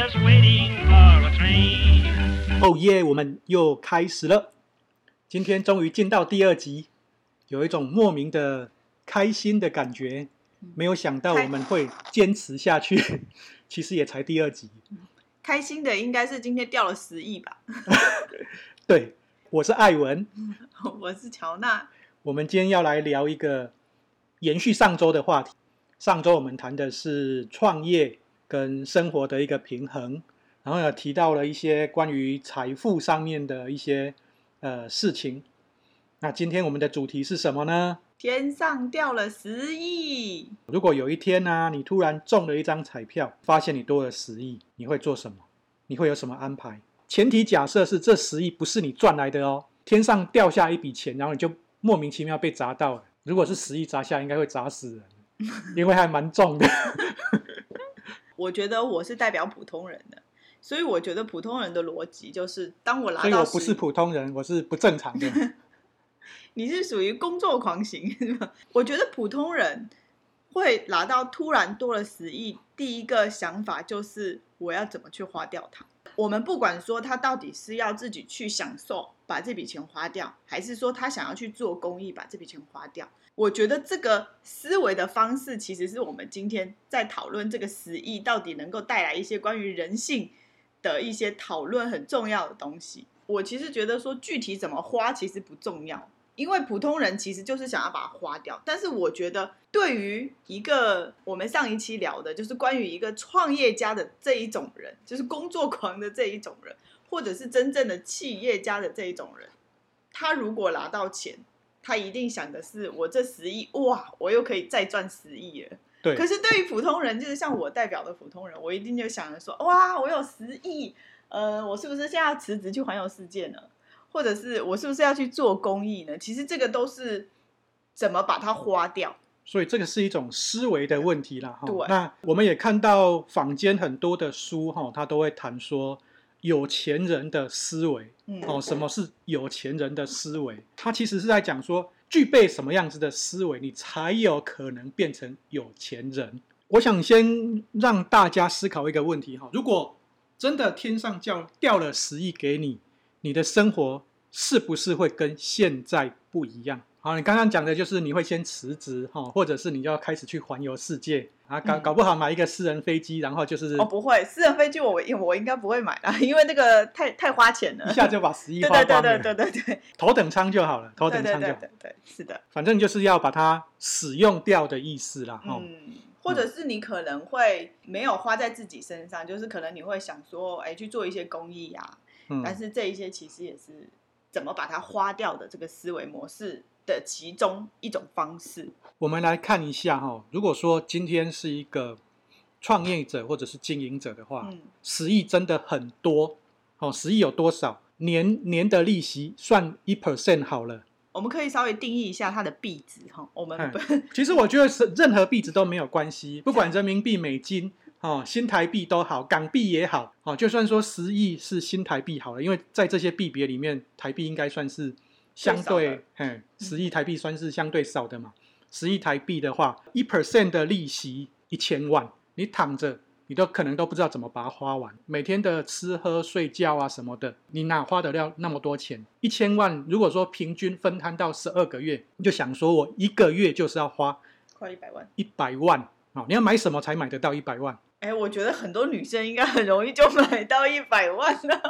just waiting for a train. 哦耶，我们又开始了。今天终于进到第2集，有一种莫名的开心的感觉。没有想到我们会坚持下去，其实也才第2集。 开心的应该是今天掉了10亿吧？ 对，我是艾文， 我是乔娜。 我们今天要来聊一个延续上周的话题。上周我们谈的是创业跟生活的一个平衡，然后呢提到了一些关于财富上面的一些事情。那今天我们的主题是什么呢？ 天上掉了10亿。 如果有一天呢，你突然中了一张彩票，发现你多了10亿，你会做什么？你会有什么安排？前提假设是这10亿不是你赚来的哦，天上掉下一笔钱，然后你就莫名其妙被砸到了。如果是10亿砸下，应该会砸死人，因为还蛮重的。 我觉得我是代表普通人的，所以我觉得普通人的逻辑就是，当我拿到所以我不是普通人，我是不正常的。 你是属于工作狂型是吧？我觉得普通人会拿到突然多了10亿，第一个想法就是我要怎么去花掉它。我们不管说他到底是要自己去享受把这笔钱花掉，还是说他想要去做公益把这笔钱花掉，我觉得这个思维的方式其实是我们今天在讨论这个10亿到底能够带来一些关于人性的一些讨论很重要的东西。我其实觉得说具体怎么花其实不重要，因为普通人其实就是想要把它花掉。但是我觉得对于一个我们上一期聊的就是关于一个创业家的这一种人，就是工作狂的这一种人，或者是真正的企业家的这一种人，他如果拿到钱，他一定想的是我这10亿，哇，我又可以再赚10亿了。 对。 可是对于普通人，就是像我代表的普通人，我一定就想着说，哇，我有10亿，我是不是现在要辞职去环游世界呢？或者是我是不是要去做公益呢？其实这个都是怎么把它花掉。 所以这个是一种思维的问题啦。 对。 那我们也看到坊间很多的书，他都会谈说有钱人的思维。什么是有钱人的思维？他其实是在讲说，具备什么样子的思维，你才有可能变成有钱人。我想先让大家思考一个问题，如果真的天上掉了10亿给你，你的生活是不是会跟现在不一样？好，你刚刚讲的就是你会先辞职，或者是你要开始去环游世界啊，搞不好买一个私人飞机，然后就是不会，私人飞机我应该不会买啦，因为那个太花钱了， 一下就把10亿花光了。 对， 头等舱就好了，头等舱就好。 对，是的， 反正就是要把它使用掉的意思啦。 或者是你可能会没有花在自己身上，就是可能你会想说，去做一些公益啊。但是这一些其实也是怎么把它花掉的这个思维模式的其中一种方式。 我们来看一下如果说今天是一个创业者或者是经营者的话，10亿真的很多10亿有多少？年的利息算1% 好了。 我们可以稍微定义一下它的币值我们其实我觉得任何币值都没有关系，不管人民币、美金新台币都好，港币也好就算说10亿是新台币好了，因为在这些币别里面，台币应该算是相对10亿台币算是相对少的嘛。10亿台币的话 1% 的利息1000万，你躺着你可能都不知道怎么把它花完，每天的吃喝睡觉啊什么的，你哪花得了那么多钱？1000万如果说平均分摊到12个月，你就想说我1个月就是要花快100万 ，100万你要买什么才买得到100万？ 我觉得很多女生应该很容易就买到100万了。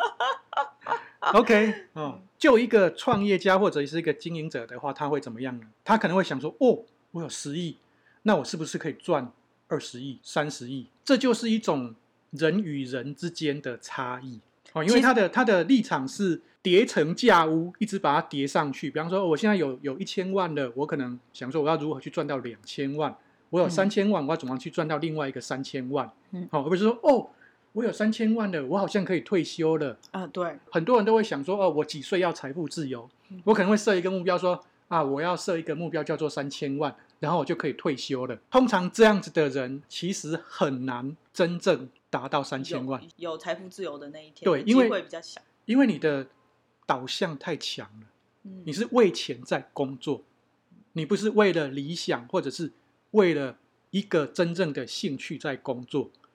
OK 就一个创业家或者是一个经营者的话，他会怎么样呢？他可能会想说，我有10亿，那我是不是可以赚20亿、30亿？这就是一种人与人之间的差异因为他的立场是叠层架屋，一直把它叠上去。比方说，我现在有1000万了，我可能想说我要如何去赚到2000万。我有3000万，我要怎么去赚到另外一个3000万？而不是说我有3000万了，我好像可以退休了对， 很多人都会想说我几岁要财富自由？我可能会设一个目标说我要设一个目标叫做3000万，然后我就可以退休了。通常这样子的人其实很难真正达到3000万， 有财富自由的那一天， 对， 机会比较小， 因为你的导向太强了，你是为钱在工作，你不是为了理想或者是为了一个真正的兴趣在工作。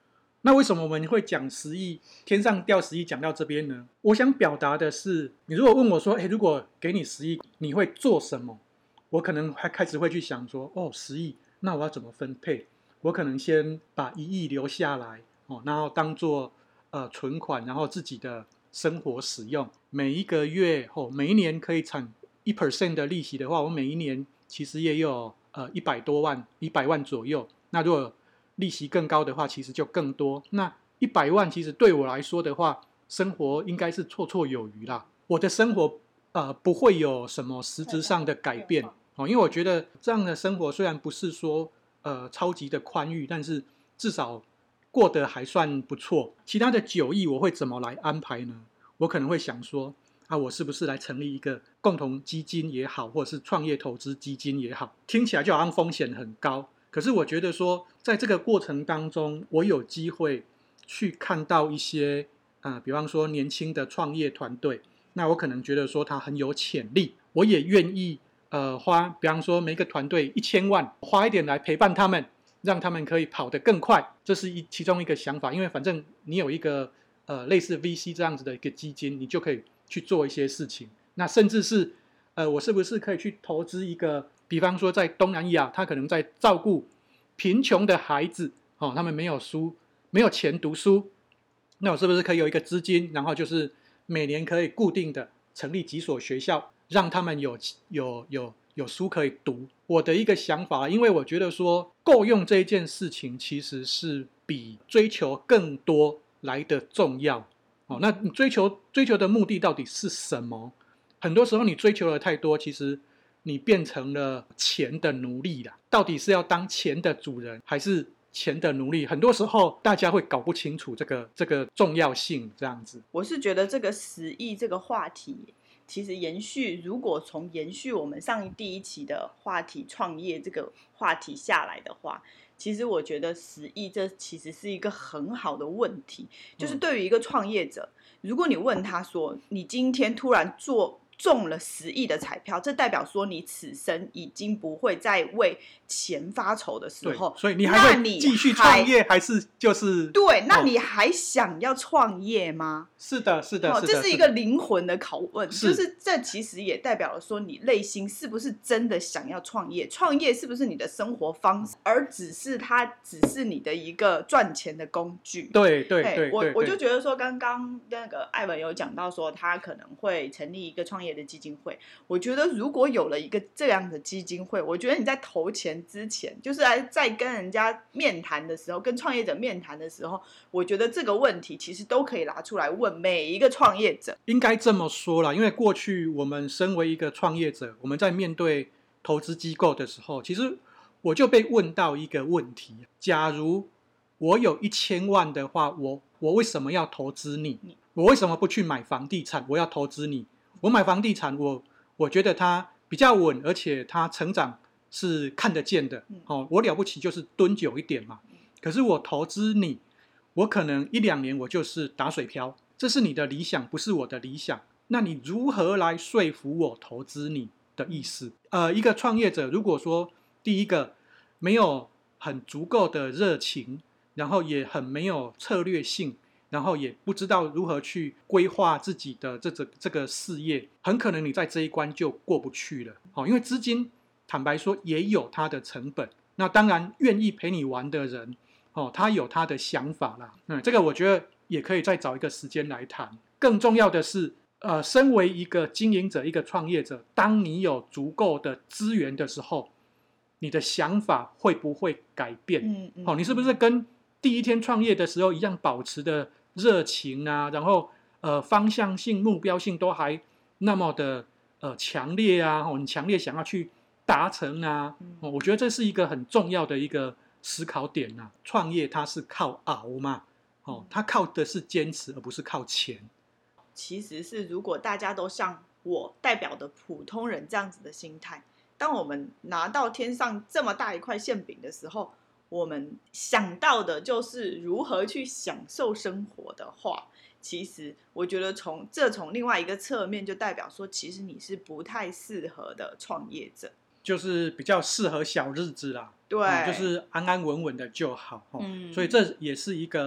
那为什么我们会讲10亿，天上掉10亿讲到这边呢？我想表达的是，你如果问我说，如果给你10亿，你会做什么？我可能还开始会去想说，10亿，那我要怎么分配？我可能先把1亿留下来，然后当做存款，然后自己的生活使用。每一个月每一年可以产1% 的利息的话，我每一年其实也有100多万，100万左右。那如果利息更高的话，其实就更多。那100万其实对我来说的话，生活应该是绰绰有余啦。我的生活不会有什么实质上的改变因为我觉得这样的生活虽然不是说超级的宽裕，但是至少过得还算不错。其他的9亿我会怎么来安排呢？我可能会想说我是不是来成立一个共同基金也好，或者是创业投资基金也好，听起来就好像风险很高。可是我觉得说，在这个过程当中，我有机会去看到一些比方说年轻的创业团队，那我可能觉得说他很有潜力，我也愿意花，比方说每个团队1000万，花一点来陪伴他们，让他们可以跑得更快，这是其中一个想法。因为反正你有一个类似 VC 这样子的一个基金，你就可以去做一些事情。那甚至是我是不是可以去投资一个，比方说在东南亚，他可能在照顾贫穷的孩子他们没有钱读书，那我是不是可以有一个资金，然后就是每年可以固定的成立几所学校，让他们有书可以读。我的一个想法，因为我觉得说够用这一件事情其实是比追求更多来的重要那你追求的目的到底是什么？很多时候你追求的太多，其实你变成了钱的奴隶啦。到底是要当钱的主人，还是钱的奴隶？很多时候大家会搞不清楚这个重要性，这样子。 我是觉得这个10亿这个话题，其实如果从延续我们第一期的话题创业这个话题下来的话，其实我觉得10亿这其实是一个很好的问题。就是对于一个创业者，如果你问他说，你今天突然中了10亿的彩票，这代表说你此生已经不会再为钱发愁的时候， 所以你还会继续创业，还是就是对？那你还想要创业吗？ 是的， 这是一个灵魂的拷问，就是这其实也代表了说你内心是不是真的想要创业？创业是不是你的生活方式，而它只是你的一个赚钱的工具？ 对， 我就觉得说，刚刚那个艾文有讲到说，他可能会成立一个创业的基金会。我觉得如果有了一个这样的基金会，我觉得你在投钱之前，就是在跟人家面谈的时候，跟创业者面谈的时候，我觉得这个问题其实都可以拿出来问每一个创业者。 应该这么说啦，因为过去我们身为一个创业者，我们在面对投资机构的时候，其实我就被问到一个问题：假如我有1000万的话，我为什么要投资你？我为什么不去买房地产？我要投资你。我买房地产，我觉得它比较稳，而且它成长是看得见的。我了不起就是蹲久一点嘛。可是我投资你，我可能1-2年我就是打水漂，这是你的理想，不是我的理想。那你如何来说服我投资你的意思？一个创业者如果说第一个没有很足够的热情，然后也很没有策略性，然后也不知道如何去规划自己的这个事业，很可能你在这一关就过不去了。因为资金坦白说也有它的成本，那当然愿意陪你玩的人他有他的想法啦。这个我觉得也可以再找一个时间来谈。更重要的是身为一个经营者，一个创业者，当你有足够的资源的时候，你的想法会不会改变？你是不是跟第一天创业的时候一样保持的热情啊，然后方向性、目标性都还那么的强烈啊，很强烈想要去达成啊。我觉得这是一个很重要的一个思考点啊。创业它是靠熬嘛，它靠的是坚持，而不是靠钱。 其实是如果大家都像我代表的普通人这样子的心态，当我们拿到天上这么大一块馅饼的时候，我们想到的就是如何去享受生活的话，其实我觉得从另外一个侧面就代表说，其实你是不太适合的创业者， 就是比较适合小日子啦。 对， 就是安安稳稳的就好。所以这也是一个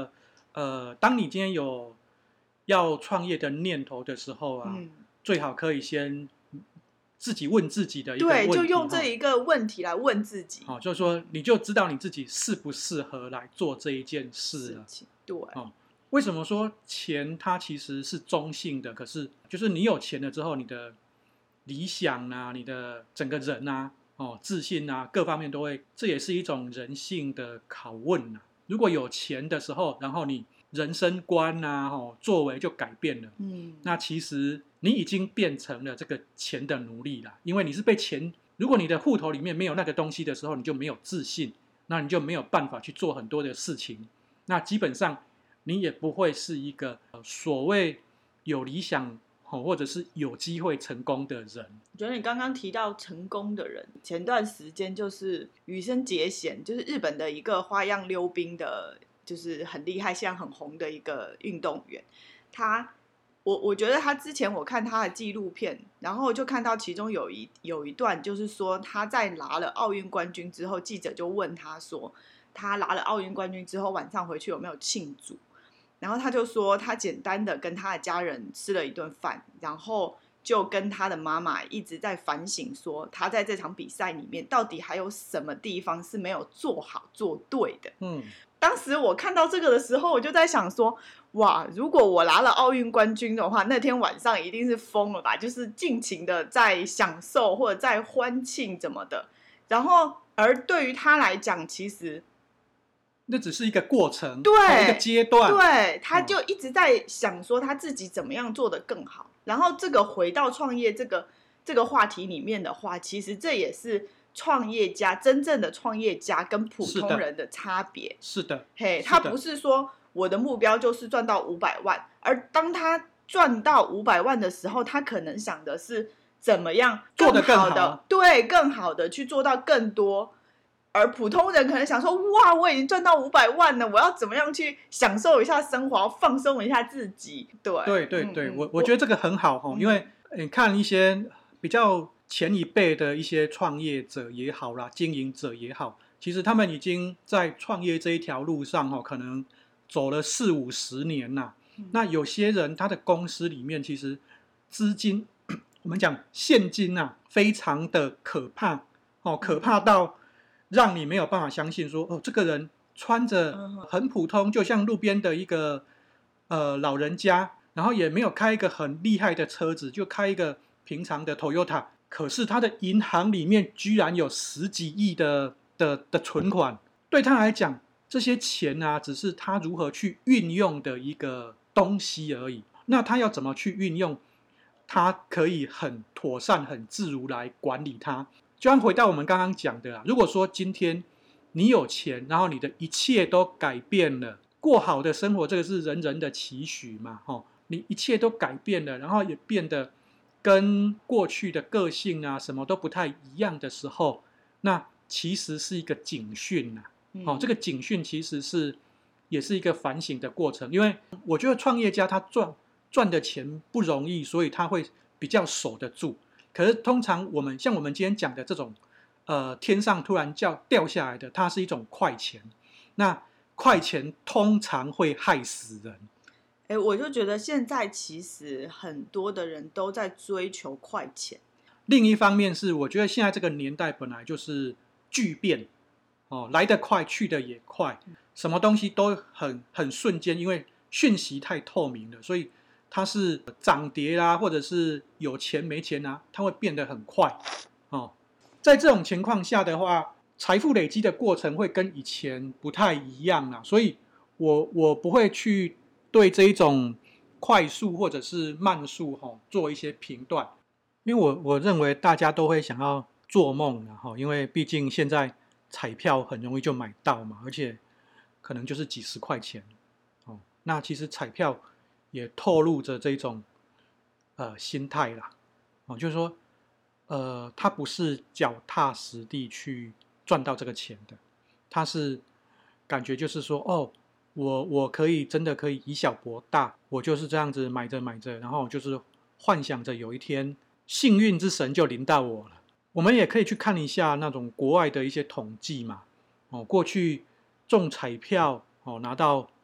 当你今天有要创业的念头的时候啊，最好可以先自己问自己的一个问题， 对，就用这一个问题来问自己， 就是说你就知道你自己适不适合来做这一件事了。 对， 为什么说钱它其实是中性的？可是就是你有钱了之后，你的理想啊，你的整个人啊，自信啊，各方面都会，这也是一种人性的拷问啊。如果有钱的时候，然后你人生观啊，作为就改变了，那其实你已经变成了这个钱的奴隶了，因为你是被钱。如果你的户头里面没有那个东西的时候，你就没有自信，那你就没有办法去做很多的事情，那基本上你也不会是一个所谓有理想或者是有机会成功的人。 我觉得你刚刚提到成功的人，前段时间就是羽生结弦，就是日本的一个花样溜冰的，就是很厉害，现在很红的一个运动员。我觉得他之前我看他的纪录片，然后就看到其中有一段，就是说他在拿了奥运冠军之后，记者就问他说，他拿了奥运冠军之后晚上回去有没有庆祝？然后他就说他简单的跟他的家人吃了一顿饭，然后就跟他的妈妈一直在反省说他在这场比赛里面到底还有什么地方是没有做好做对的。当时我看到这个的时候，我就在想说，哇，如果我拿了奥运冠军的话，那天晚上一定是疯了吧，就是尽情的在享受或者在欢庆怎么的。然后而对于他来讲，其实那只是一个过程， 对， 一个阶段， 对，他就一直在想说他自己怎么样做得更好。然后这个回到创业这个话题里面的话，其实这也是创业家真正的创业家跟普通人的差别。 是的， 嘿，他不是说我的目标就是赚到500万，而当他赚到500万的时候，他可能想的是怎么样做得更好的，对，更好的去做到更多。而普通人可能想说，哇，我已经赚到500万了，我要怎么样去享受一下生活，放松一下自己？对， 我觉得这个很好因为你看一些比较前一辈的一些创业者也好啦，经营者也好，其实他们已经在创业这一条路上可能走了40-50年啦。那有些人他的公司里面其实资金，我们讲现金非常的可怕可怕到让你没有办法相信说，这个人穿着很普通，就像路边的一个老人家，然后也没有开一个很厉害的车子，就开一个平常的 Toyota， 可是他的银行里面居然有10几亿的存款。对他来讲，这些钱只是他如何去运用的一个东西而已。那他要怎么去运用，他可以很妥善很自如来管理它。就像回到我们刚刚讲的如果说今天你有钱，然后你的一切都改变了，过好的生活，这个是人人的期许嘛你一切都改变了，然后也变得跟过去的个性什么都不太一样的时候，那其实是一个警讯这个警讯其实也是一个反省的过程。因为我觉得创业家他赚的钱不容易，所以他会比较守得住。可是通常像我们今天讲的这种天上突然掉下来的，它是一种快钱。那快钱通常会害死人。 我就觉得现在其实很多的人都在追求快钱。 另一方面是我觉得现在这个年代本来就是巨变来得快去得也快，什么东西都很瞬间，因为讯息太透明了，所以它是涨跌啦，或者是有钱没钱它会变得很快在这种情况下的话，财富累积的过程会跟以前不太一样所以我不会去对这一种快速或者是慢速做一些评断。因为我认为大家都会想要做梦因为毕竟现在彩票很容易就买到嘛，而且可能就是几十块钱那其实彩票也透露着这种心态啦就是说他不是脚踏实地去赚到这个钱的，他是感觉就是说我真的可以以小博大，我就是这样子买着然后就是幻想着有一天幸运之神就临到我了。我们也可以去看一下那种国外的一些统计嘛过去中彩票拿到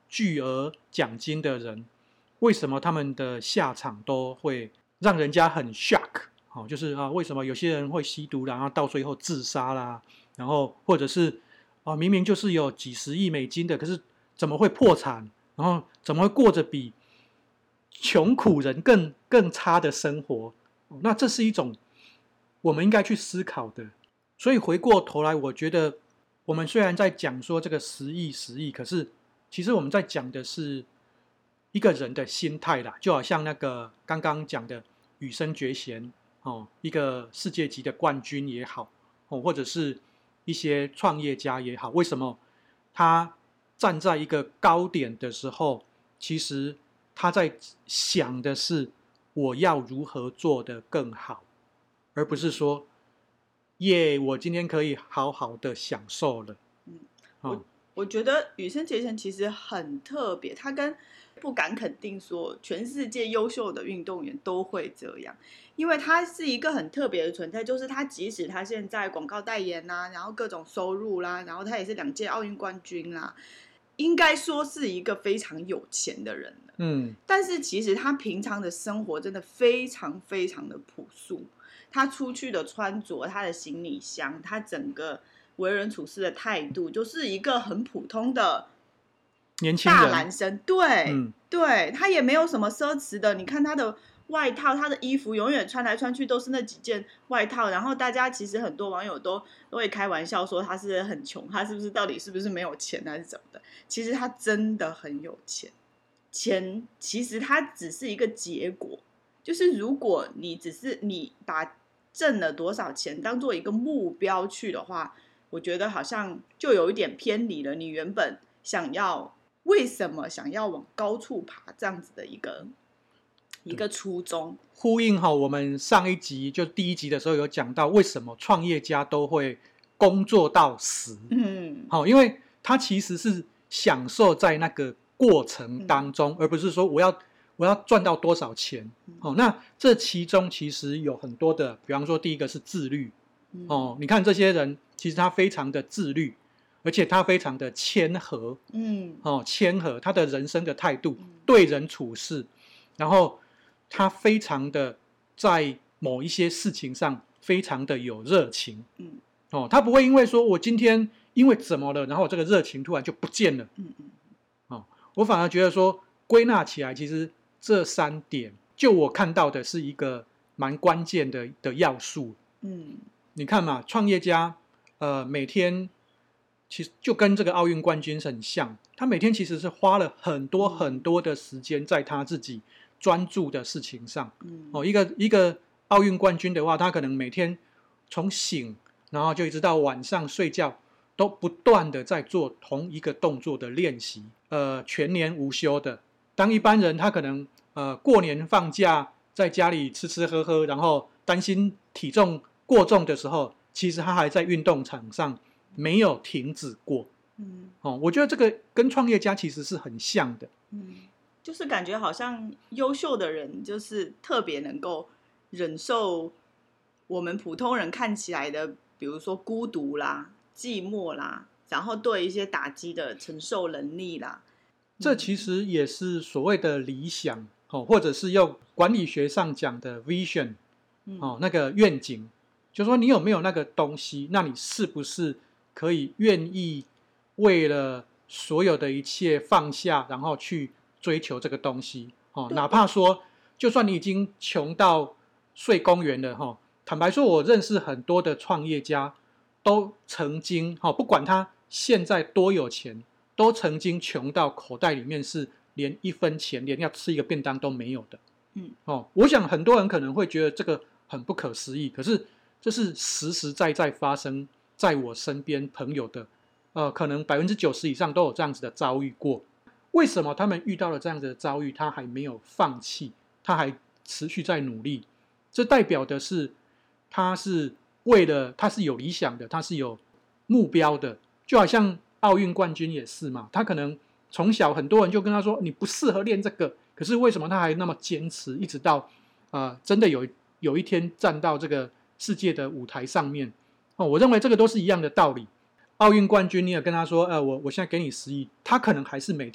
巨额奖金的人，为什么他们的下场都会让人家很 shock？就是为什么有些人会吸毒啦，然后到最后自杀啦，然后或者是明明就是有几十亿美金的，可是怎么会破产？然后怎么会过着比穷苦人更差的生活？那这是一种我们应该去思考的。所以回过头来，我觉得我们虽然在讲说这个10亿，可是其实我们在讲的是一个人的心态啦，就好像那个刚刚讲的羽生结弦一个世界级的冠军也好，或者是一些创业家也好，为什么他站在一个高点的时候，其实他在想的是我要如何做得更好，而不是说耶，我今天可以好好的享受了。 我觉得羽生结弦其实很特别，他跟不敢肯定说全世界优秀的运动员都会这样，因为他是一个很特别的存在，就是他即使他现在广告代言啦，然后各种收入啦，然后他也是2届奥运冠军啦，应该说是一个非常有钱的人了。但是其实他平常的生活真的非常非常的朴素，他出去的穿着，他的行李箱，他整个为人处事的态度，就是一个很普通的年轻人大男生。对，对，他也没有什么奢侈的。你看他的外套，他的衣服永远穿来穿去都是那几件外套。然后大家其实很多网友都会开玩笑说他是很穷，他到底是不是没有钱还是怎么的？其实他真的很有钱，钱其实它只是一个结果，就是如果你把挣了多少钱当做一个目标去的话，我觉得好像就有一点偏离了你原本为什么想要往高处爬这样子的一个初衷。 呼应我们上一集就第1集的时候有讲到，为什么创业家都会工作到死。因为他其实是享受在那个过程当中，而不是说我要赚到多少钱。那这其中其实有很多的，比方说第一个是自律。你看这些人其实他非常的自律，而且他非常的谦和。谦和，他的人生的态度，对人处事，然后他非常的在某一些事情上非常的有热情。他不会因为说我今天因为怎么了，然后这个热情突然就不见了。我反而觉得说归纳起来，其实这3点就我看到的是一个蛮关键的要素。你看嘛，创业家每天其实就跟这个奥运冠军很像，他每天其实是花了很多很多的时间在他自己专注的事情上。一个奥运冠军的话，他可能每天从醒然后就一直到晚上睡觉都不断的在做同一个动作的练习，全年无休的。当一般人他可能过年放假在家里吃吃喝喝，然后担心体重过重的时候，其实他还在运动场上没有停止过。我觉得这个跟创业家其实是很像的。 就是感觉好像优秀的人就是特别能够忍受我们普通人看起来的，比如说孤独啦、寂寞啦，然后对一些打击的承受能力啦。 这其实也是所谓的理想，或者是用管理学上讲的 vision，那个愿景，就是说你有没有那个东西，那你是不是可以愿意为了所有的一切放下，然后去追求这个东西。哪怕说就算你已经穷到睡公园了，坦白说我认识很多的创业家都曾经不管他现在多有钱，都曾经穷到口袋里面是连1分钱，连要吃一个便当都没有的。我想很多人可能会觉得这个很不可思议，可是这是实实在在发生在我身边朋友的，可能90%以上都有这样子的遭遇过。为什么他们遇到了这样子的遭遇，他还没有放弃，他还持续在努力？这代表的是他是有理想的，他是有目标的。就好像奥运冠军也是嘛，他可能从小很多人就跟他说你不适合练这个，可是为什么他还那么坚持，一直到真的有一天站到这个世界的舞台上面。我认为这个都是一样的道理。奥运冠军你也跟他说我现在给你10亿，他可能还是每天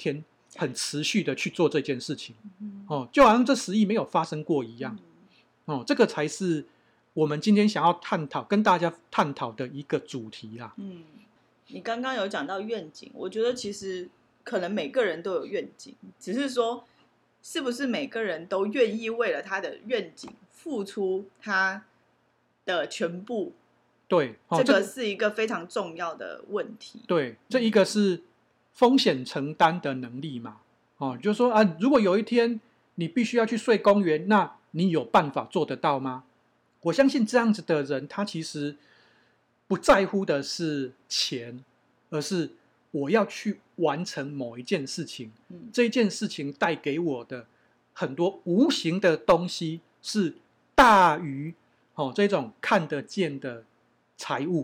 很持续的去做这件事情，就好像这10亿没有发生过一样，这个才是我们今天想要跟大家探讨的一个主题啦。 你刚刚有讲到愿景，我觉得其实可能每个人都有愿景，只是说是不是每个人都愿意为了他的愿景付出他的全部。 对， 这个是一个非常重要的问题。 对，这一个是风险承担的能力嘛，就是说啊，如果有一天你必须要去睡公园，那你有办法做得到吗？我相信这样子的人，他其实不在乎的是钱，而是我要去完成某一件事情，这件事情带给我的很多无形的东西是大于这种看得见的财物。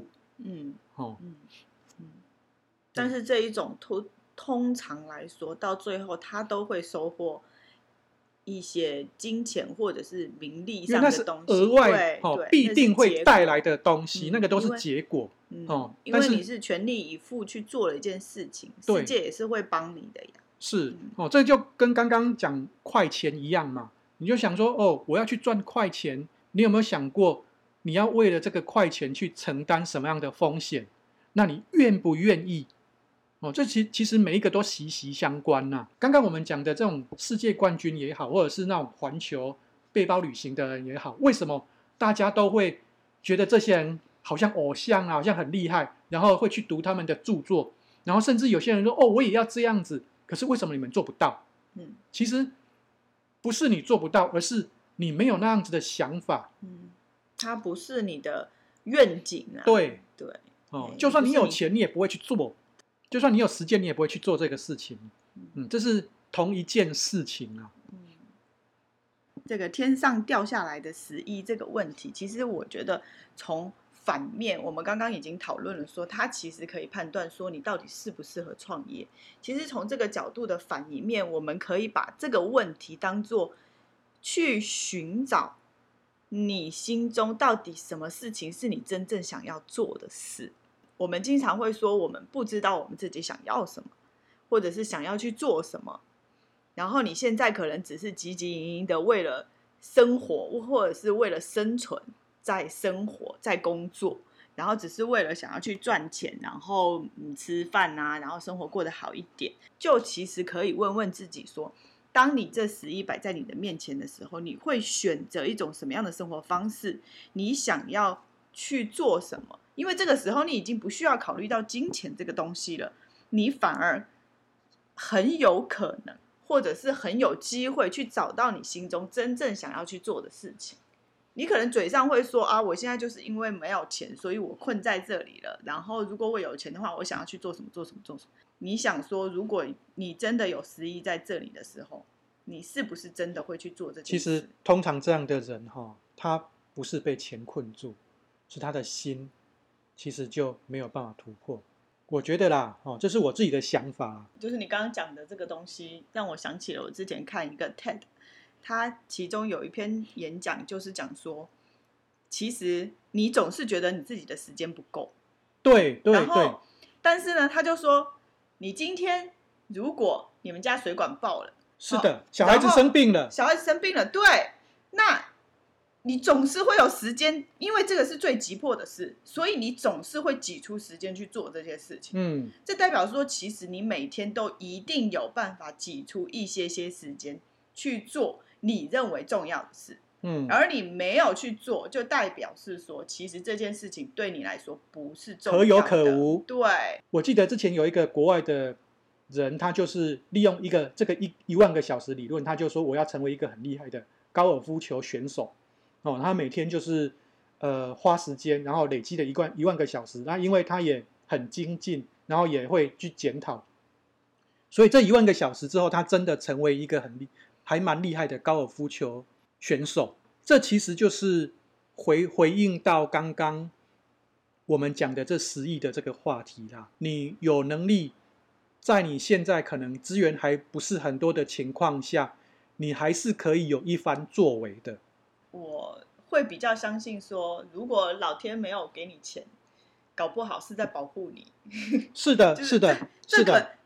但是这一种通常来说，到最后他都会收获一些金钱或者是名利上的东西， 额外必定会带来的东西，那个都是结果。 因为你是全力以赴去做了一件事情，世界也是会帮你的呀。 是这就跟刚刚讲快钱一样嘛，你就想说我要去赚快钱，你有没有想过你要为了这个快钱去承担什么样的风险？那你愿不愿意？这其实每一个都息息相关呐。刚刚我们讲的这种世界冠军也好，或者是那种环球背包旅行的人也好，为什么大家都会觉得这些人好像偶像啊，好像很厉害，然后会去读他们的著作，然后甚至有些人说我也要这样子，可是为什么你们做不到？其实不是你做不到，而是你没有那样子的想法。 它不是你的愿景啊。 对，就算你有钱，你也不会去做。就算你有时间，你也不会去做这个事情。这是同一件事情啊。 这个天上掉下来的10亿这个问题，其实我觉得从反面，我们刚刚已经讨论了，说它其实可以判断说你到底适不适合创业。其实从这个角度的反一面，我们可以把这个问题当作去寻找你心中到底什么事情是你真正想要做的事。我们经常会说我们不知道我们自己想要什么，或者是想要去做什么，然后你现在可能只是汲汲营营的为了生活或者是为了生存在生活在工作，然后只是为了想要去赚钱，然后吃饭啊，然后生活过得好一点。就其实可以问问自己说，当你这10亿摆在你的面前的时候，你会选择一种什么样的生活方式？你想要去做什么？因为这个时候你已经不需要考虑到金钱这个东西了，你反而很有可能或者是很有机会去找到你心中真正想要去做的事情。你可能嘴上会说我现在就是因为没有钱，所以我困在这里了，然后如果我有钱的话，我想要去做什么做什么做什么。你想说，如果你真的有10亿在这里的时候，你是不是真的会去做这件事？ 其实通常这样的人他不是被钱困住，是他的心其实就没有办法突破。我觉得啦，这是我自己的想法。 就是你刚刚讲的这个东西，让我想起了我之前看一个 TED， 他其中有一篇演讲就是讲说，其实你总是觉得你自己的时间不够。 对， 但是呢，他就说，你今天如果你们家水管爆了， 是的，小孩子生病了， 对，那你总是会有时间，因为这个是最急迫的事，所以你总是会挤出时间去做这些事情。这代表说，其实你每天都一定有办法挤出一些时间去做你认为重要的事。而你没有去做，就代表是说，其实这件事情对你来说不是重要的， 可有可无。 对， 我记得之前有一个国外的人，他就是利用这个1万个小时理论，他就说我要成为一个很厉害的高尔夫球选手。他每天就是花时间，然后累积了1万个小时。那因为他也很精进，然后也会去检讨，所以这1万个小时之后，他真的成为一个还蛮厉害的高尔夫球选手。这其实就是回应到刚刚我们讲的这10亿的这个话题啦。你有能力，在你现在可能资源还不是很多的情况下，你还是可以有一番作为的。 我会比较相信说，如果老天没有给你钱，搞不好是在保护你。 是的，是的，是的。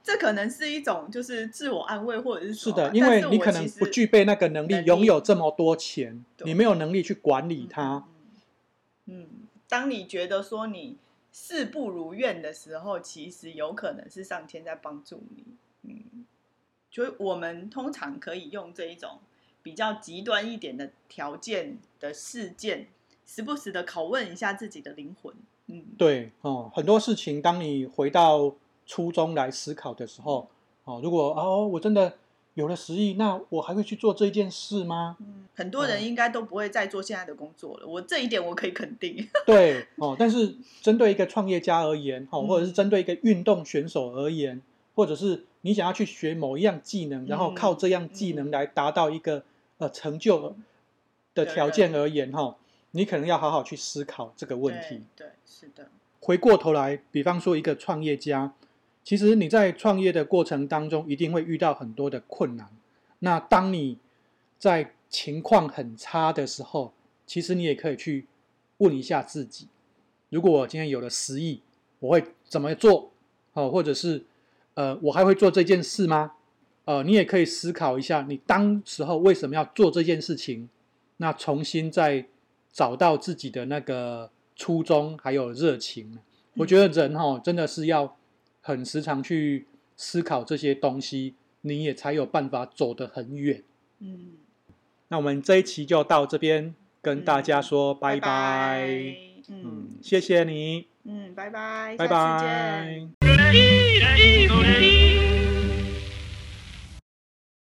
这可能是一种就是自我安慰或者是什么是的，因为你可能但是我其实不具备那个能力，拥有这么多钱， 对你没有能力去管理它。 当你觉得说你事不如愿的时候，其实有可能是上天在帮助你。所以我们通常可以用这一种比较极端一点的条件的事件，时不时的拷问一下自己的灵魂。 对很多事情，当你回到初衷来思考的时候，如果我真的有了10亿，那我还会去做这件事吗？ 很多人应该都不会再做现在的工作了，我这一点我可以肯定。 对但是针对一个创业家而言，或者是针对一个运动选手而言，或者是你想要去学某一样技能，然后靠这样技能来达到一个成就的条件而言，你可能要好好去思考这个问题。 对，是的。 回过头来，比方说一个创业家，其实你在创业的过程当中，一定会遇到很多的困难。那当你在情况很差的时候，其实你也可以去问一下自己，如果我今天有了10亿，我会怎么做？或者是我还会做这件事吗？你也可以思考一下，你当时候为什么要做这件事情？那重新再找到自己的那个初衷还有热情。我觉得人真的是要很时常去思考这些东西，你也才有办法走得很远。那我们这一期就到这边，跟大家说拜拜。谢谢你。 拜拜， 拜拜。 下次见。